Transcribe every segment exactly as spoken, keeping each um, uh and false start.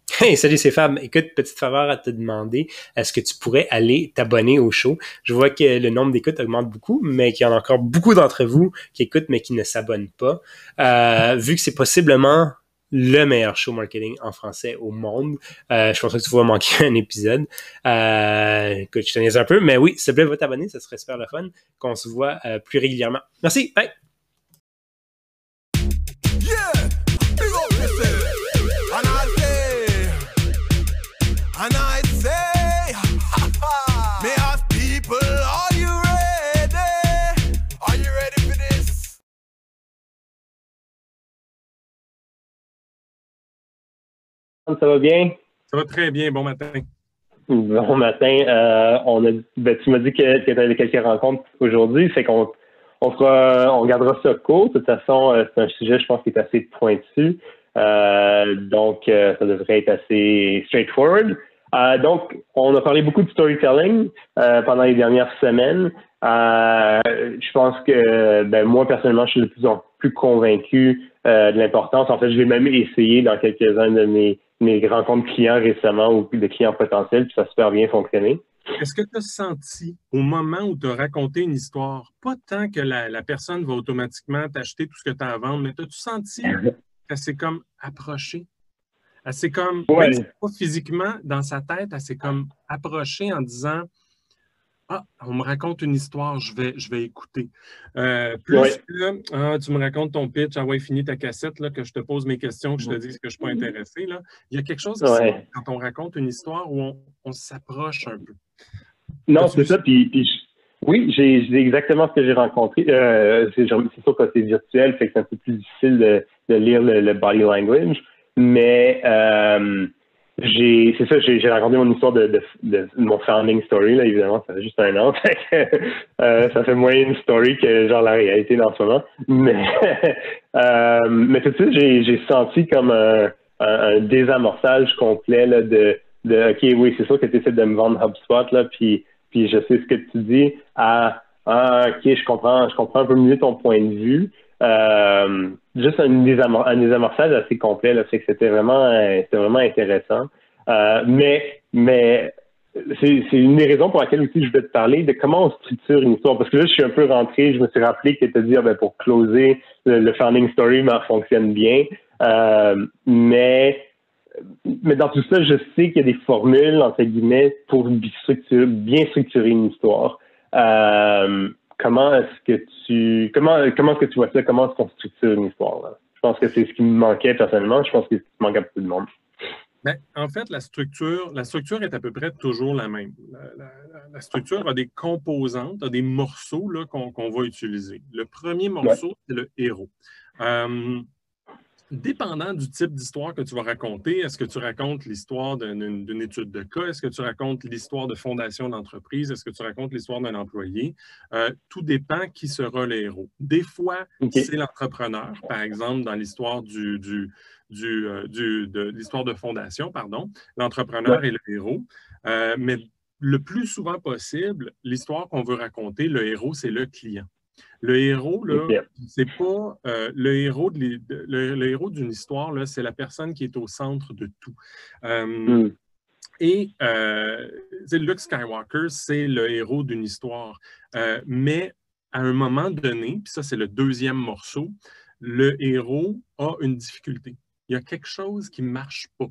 Hey, salut, c'est Fab. Écoute, petite faveur à te demander, est-ce que tu pourrais aller t'abonner au show? Je vois que le nombre d'écoutes augmente beaucoup, mais qu'il y en a encore beaucoup d'entre vous qui écoutent mais qui ne s'abonnent pas. Euh, vu que c'est possiblement le meilleur show marketing en français au monde, euh, je pense que tu vas manquer un épisode. Euh, écoute, je te niaise un peu, mais oui, s'il te plaît, va t'abonner, ça serait super le fun qu'on se voit euh, plus régulièrement. Merci, bye! Yeah, big up yourself. And I say, and I say, ha ha. May ask people, are you ready? Are you ready for this? Ça va bien? Ça va très bien, bon matin. Bon matin. Euh, on a, ben, tu m'as dit que, que tu avais quelques rencontres aujourd'hui, fait qu'on on fera, on gardera ça court. De toute façon, euh, c'est un sujet, je pense, qui est assez pointu. Euh, donc, euh, ça devrait être assez straightforward. Euh, donc, on a parlé beaucoup de storytelling euh, pendant les dernières semaines. Euh, je pense que, ben, moi, personnellement, je suis de plus en plus convaincu euh, de l'importance. En fait, je l'ai même essayé dans quelques-uns de mes, mes rencontres clients récemment ou de clients potentiels, puis ça a super bien fonctionné. Est-ce que tu as senti au moment où tu as raconté une histoire, pas tant que la, la personne va automatiquement t'acheter tout ce que tu as à vendre, mais as-tu senti qu'elle s'est comme approchée? Elle s'est comme, Ouais. même si pas physiquement, dans sa tête, elle s'est comme approchée en disant ah, on me raconte une histoire, je vais, je vais écouter. Euh, plus Ouais. que ah, tu me racontes ton pitch, ah ouais, finis ta cassette, là, que je te pose mes questions, que je te dise que je ne suis pas intéressé. Là. Il y a quelque chose qui se Ouais. passe quand on raconte une histoire où on, on s'approche un peu. Non, As-tu c'est vu ça. Puis, puis je- oui, j'ai j'ai exactement ce que j'ai rencontré. Euh, c'est c'est sûr que c'est virtuel, fait que c'est un peu plus difficile de, de lire le, le body language. Mais euh, j'ai c'est ça, j'ai j'ai raconté mon histoire de, de, de mon founding story, là, évidemment, ça fait juste un an. Fait que, euh, ça fait moins une story que genre la réalité dans ce moment. Mais, euh, mais tout de suite, j'ai j'ai senti comme un, un, un désamorçage complet là, de, de OK, oui, c'est sûr que tu essaies de me vendre HubSpot, là, puis puis je sais ce que tu dis, ah, ah ok, je comprends, je comprends un peu mieux ton point de vue. Euh, juste un, désamor un désamorçage assez complet, là, fait que c'était vraiment, euh, c'était vraiment intéressant. Euh, mais, mais c'est une des raisons pour laquelle aussi je voulais te parler de comment on structure une histoire. Parce que là, je suis un peu rentré, je me suis rappelé que tu as dit, ah, ben, pour closer, le, le founding story ça fonctionne bien. Euh, mais mais dans tout ça, je sais qu'il y a des formules, entre guillemets, pour bien structurer, bien structurer une histoire. Euh, comment est-ce que tu comment comment est-ce que tu vois ça? Comment est-ce qu'on structure une histoire? Là? Je pense que c'est ce qui me manquait personnellement. Je pense que c'est ce qui manque à beaucoup de monde. Bien, en fait, la structure, la structure est à peu près toujours la même. La, la, la structure a des composantes, a des morceaux qu'on qu'on va utiliser. Le premier morceau, ouais. c'est le héros. Euh, Dépendant du type d'histoire que tu vas raconter, est-ce que tu racontes l'histoire d'une étude de cas? Est-ce que tu racontes l'histoire de fondation d'entreprise? Est-ce que tu racontes l'histoire d'un employé? Euh, tout dépend qui sera le héros. Des fois, okay. c'est l'entrepreneur, par exemple, dans l'histoire du, du, du, euh, du, de l'histoire de fondation, pardon. L'entrepreneur ouais. est le héros. Euh, mais le plus souvent possible, l'histoire qu'on veut raconter, le héros, c'est le client. Le héros, là, c'est pas euh, le héros de les, de, le, le héros d'une histoire, là, c'est la personne qui est au centre de tout. Euh, mm. Et euh, Luke Skywalker, c'est le héros d'une histoire. Euh, mais à un moment donné, puis ça, c'est le deuxième morceau, le héros a une difficulté. Il y a quelque chose qui ne marche pas.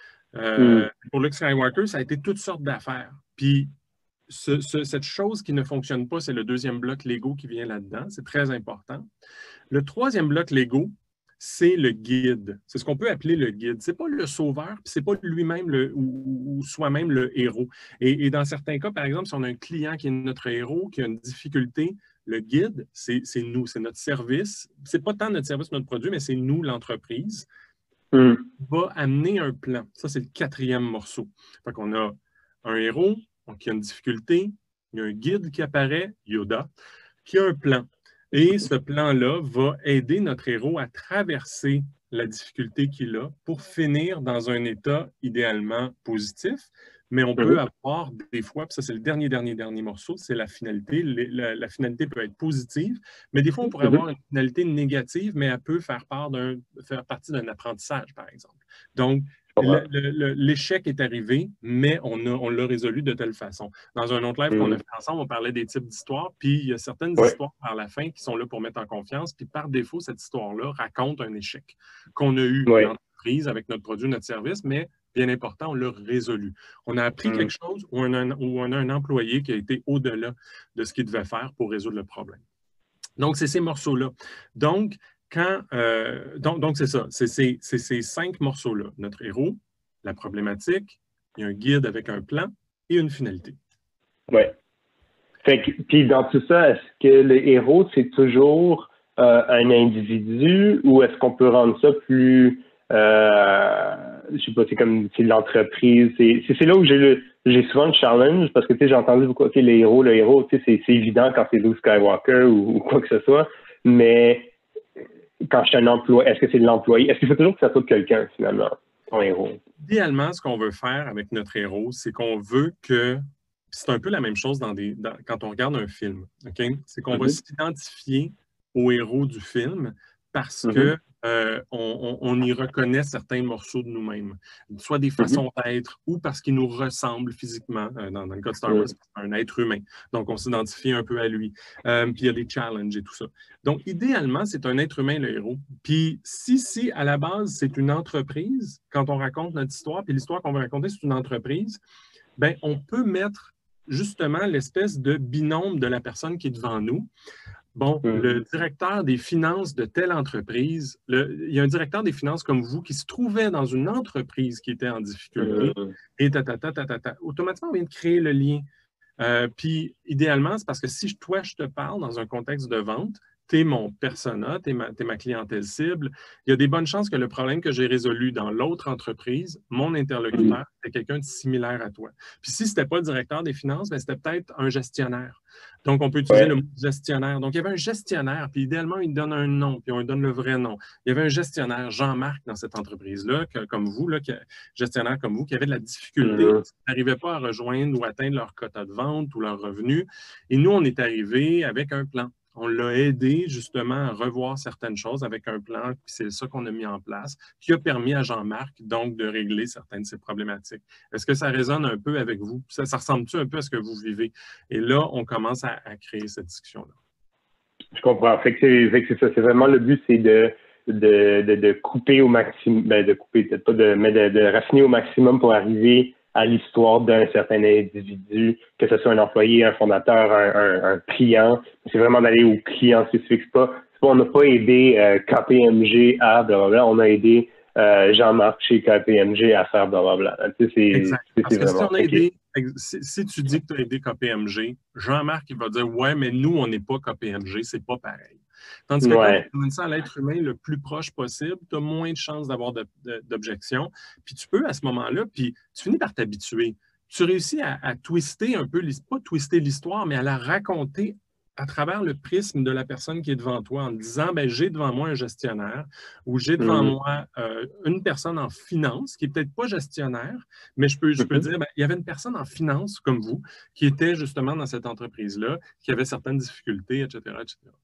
Euh, mm. Pour Luke Skywalker, ça a été toutes sortes d'affaires. Puis Ce, ce, cette chose qui ne fonctionne pas, c'est le deuxième bloc Lego qui vient là-dedans. C'est très important. Le troisième bloc Lego, c'est le guide. C'est ce qu'on peut appeler le guide. Ce n'est pas le sauveur, puis ce n'est pas lui-même ou, ou soi-même le héros. Et, et dans certains cas, par exemple, si on a un client qui est notre héros, qui a une difficulté, le guide, c'est nous, c'est notre service. Ce n'est pas tant notre service, notre produit, mais c'est nous, l'entreprise, mm. va amener un plan. Ça, c'est le quatrième morceau. Fait qu'on a un héros, donc, il y a une difficulté, il y a un guide qui apparaît, Yoda, qui a un plan. Et ce plan-là va aider notre héros à traverser la difficulté qu'il a pour finir dans un état idéalement positif. Mais on peut avoir des fois, puis ça c'est le dernier, dernier, dernier morceau, c'est la finalité. La, la finalité peut être positive, mais des fois on pourrait avoir une finalité négative, mais elle peut faire, part faire partie d'un apprentissage, par exemple. Donc, L'échec est arrivé, mais on l'a on l'a résolu de telle façon. Dans un autre live mm. qu'on a fait ensemble, on parlait des types d'histoires, puis il y a certaines ouais. histoires par la fin qui sont là pour mettre en confiance, puis par défaut, cette histoire-là raconte un échec qu'on a eu ouais. dans l'entreprise avec notre produit, notre service, mais bien important, on l'a résolu. On a appris mm. quelque chose où on, a un, où on a un employé qui a été au-delà de ce qu'il devait faire pour résoudre le problème. Donc, c'est ces morceaux-là. Donc, Quand, euh, donc, donc c'est ça, c'est ces cinq morceaux-là. Notre héros, la problématique, il y a un guide avec un plan et une finalité. Oui. Puis dans tout ça, est-ce que le héros, c'est toujours euh, un individu ou est-ce qu'on peut rendre ça plus, euh, je sais pas, c'est comme c'est l'entreprise. C'est là où j'ai j'ai souvent le challenge parce que tu sais, j'ai entendu beaucoup, ok, le héros, le héros, tu sais, c'est évident quand c'est Luke Skywalker ou, ou quoi que ce soit, mais quand je suis un employé, est-ce que c'est de l'employé? Est-ce qu'il faut toujours que ça soit quelqu'un, finalement, ton héros? Idéalement, ce qu'on veut faire avec notre héros, c'est qu'on veut que... C'est un peu la même chose dans des, dans, quand on regarde un film, OK? C'est qu'on mm-hmm. va s'identifier au héros du film parce mm-hmm. que euh, on, on, on y reconnaît certains morceaux de nous-mêmes, soit des façons mm-hmm. d'être ou parce qu'ils nous ressemblent physiquement. Euh, dans, dans le cas de Star Wars, mm-hmm. c'est un être humain. Donc, on s'identifie un peu à lui. Euh, puis, il y a des challenges et tout ça. Donc, idéalement, c'est un être humain, le héros. Puis, si, si, à la base, c'est une entreprise, quand on raconte notre histoire, puis l'histoire qu'on va raconter, c'est une entreprise, bien, on peut mettre justement l'espèce de binôme de la personne qui est devant nous. Bon, mmh. le directeur des finances de telle entreprise, le, il y a un directeur des finances comme vous qui se trouvait dans une entreprise qui était en difficulté mmh. et tatata, tatata. Automatiquement, on vient de créer le lien. Euh, puis, idéalement, c'est parce que si toi, je te parle dans un contexte de vente, tu es mon persona, tu es, es ma clientèle cible, il y a des bonnes chances que le problème que j'ai résolu dans l'autre entreprise, mon interlocuteur, c'est quelqu'un de similaire à toi. Puis si ce n'était pas le directeur des finances, ben, c'était peut-être un gestionnaire. Donc, on peut utiliser ouais. le mot gestionnaire. Donc, il y avait un gestionnaire, puis idéalement, il donne un nom, puis on lui donne le vrai nom. Il y avait un gestionnaire, Jean-Marc, dans cette entreprise-là, comme vous, là, qui, gestionnaire comme vous, qui avait de la difficulté, mmh. qui n'arrivait pas à rejoindre ou atteindre leur quota de vente ou leur revenu. Et nous, on est arrivé avec un plan. On l'a aidé justement à revoir certaines choses avec un plan, puis c'est ça qu'on a mis en place, qui a permis à Jean-Marc donc de régler certaines de ces problématiques. Est-ce que ça résonne un peu avec vous? Ça, ça ressemble-tu un peu à ce que vous vivez? Et là, on commence à, à créer cette discussion-là. Je comprends. Fait que c'est ça. C'est vraiment le but, c'est de, de, de, de couper au maximum, ben de couper, peut-être pas de, mais de, de raffiner au maximum pour arriver à l'histoire d'un certain individu, que ce soit un employé, un fondateur, un, un, un client. C'est vraiment d'aller au client spécifique. C'est pas, c'est pas, on n'a pas aidé euh, K P M G à blablabla, on a aidé euh, Jean-Marc chez K P M G à faire blablabla. Tu sais, c'est, exact. C'est, Parce c'est que vraiment, si on a aidé, si, si tu dis que tu as aidé K P M G, Jean-Marc, il va dire « Ouais, mais nous, on n'est pas K P M G, c'est pas pareil. » Tandis que ouais. quand tu amènes ça à l'être humain le plus proche possible, tu as moins de chances d'avoir de, de, d'objections. Puis tu peux, à ce moment-là, puis tu finis par t'habituer. Tu réussis à, à twister un peu, pas twister l'histoire, mais à la raconter à travers le prisme de la personne qui est devant toi en disant, ben, j'ai devant moi un gestionnaire ou j'ai devant mmh. moi euh, une personne en finance qui n'est peut-être pas gestionnaire, mais je peux, je peux mmh. dire, ben, il y avait une personne en finance comme vous qui était justement dans cette entreprise-là, qui avait certaines difficultés, et cetera, et cetera.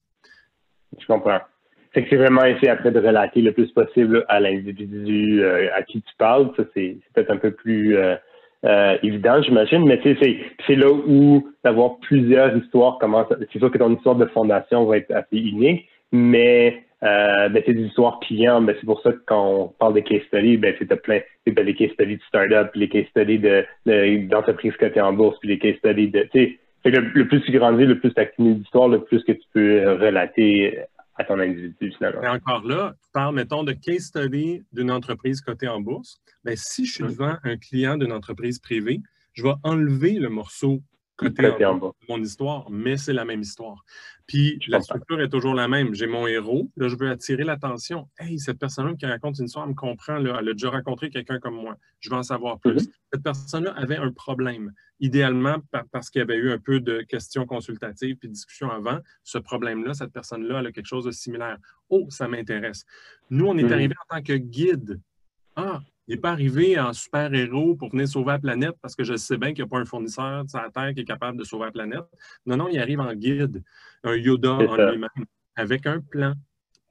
Je comprends. C'est que c'est vraiment essayer après de relater le plus possible à l'individu euh, à qui tu parles. Ça, c'est peut-être un peu plus... Euh, Euh, évident, j'imagine, mais tu sais, c'est là où d'avoir plusieurs histoires commence. C'est sûr que ton histoire de fondation va être assez unique, mais euh, ben, c'est des histoires clients. Ben, c'est pour ça que quand on parle des case studies, ben, c'est plein, c'est ben, les case studies de start-up, puis les case studies de, de, d'entreprises cotées en bourse, puis les case studies de. Tu sais, le, le plus tu grandis, le plus tu accumules d'histoires, le plus que tu peux relater à ton individu, finalement. Et encore là, tu parles, mettons, de case study d'une entreprise cotée en bourse. Bien, si je suis devant un client d'une entreprise privée, je vais enlever le morceau côté en bas de mon histoire, mais c'est la même histoire. Puis je la structure est toujours la même. J'ai mon héros, là, je veux attirer l'attention. Hey, cette personne-là qui raconte une histoire, elle me comprend, là, elle a déjà rencontré quelqu'un comme moi. Je veux en savoir plus. Mm-hmm. Cette personne-là avait un problème. Idéalement, par, parce qu'il y avait eu un peu de questions consultatives puis de discussions avant, ce problème-là, cette personne-là, elle a quelque chose de similaire. Oh, ça m'intéresse. Nous, on est mm-hmm. arrivé en tant que guide. Ah, il n'est pas arrivé en super-héros pour venir sauver la planète parce que je sais bien qu'il n'y a pas un fournisseur sur la Terre qui est capable de sauver la planète. Non, non, il arrive en guide, un Yoda en lui-même, avec un plan.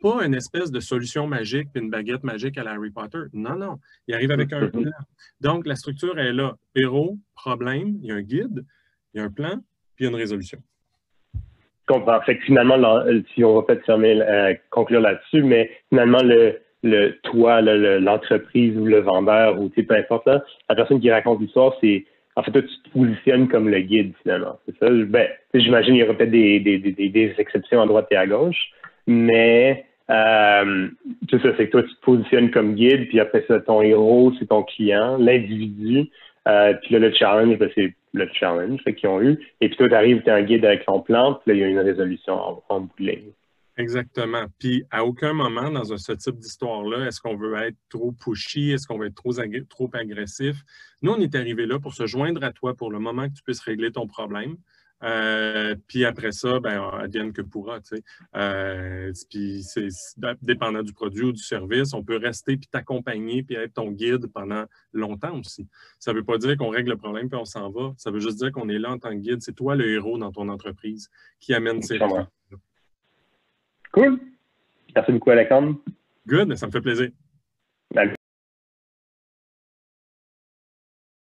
pas une espèce de solution magique puis une baguette magique à la Harry Potter. Non, non. Il arrive avec un plan. Donc, la structure est là. Héros, problème, il y a un guide, il y a un plan, puis il y a une résolution. Je comprends. Fait que finalement, là, si on va peut-être fermer, euh, conclure là-dessus, mais finalement, le, le toi, le, l'entreprise ou le vendeur, ou peu importe, là, la personne qui raconte l'histoire, c'est en fait, toi, tu te positionnes comme le guide, finalement. C'est ça? Ben, j'imagine qu'il y aura peut-être des, des, des, des exceptions à droite et à gauche, mais euh, tout ça, c'est que toi, tu te positionnes comme guide, puis après ça, ton héros, c'est ton client, l'individu, euh, puis là, le challenge, ben, c'est le challenge qu'ils ont eu. Et puis toi, tu arrives, tu es un guide avec ton plan, puis là, il y a une résolution en, en bout de ligne. Exactement. Puis, à aucun moment, dans un, ce type d'histoire-là, est-ce qu'on veut être trop pushy? Est-ce qu'on veut être trop, ag- trop agressif? Nous, on est arrivé là pour se joindre à toi pour le moment que tu puisses régler ton problème. Euh, puis après ça, ben, advienne que pourra, tu sais. Euh, puis c'est dépendant du produit ou du service, on peut rester puis t'accompagner puis être ton guide pendant longtemps aussi. Ça ne veut pas dire qu'on règle le problème puis on s'en va. Ça veut juste dire qu'on est là en tant que guide. C'est toi le héros dans ton entreprise qui amène ces résultats. Cool. Merci beaucoup, Alexandre. Good, ça me fait plaisir. Bye.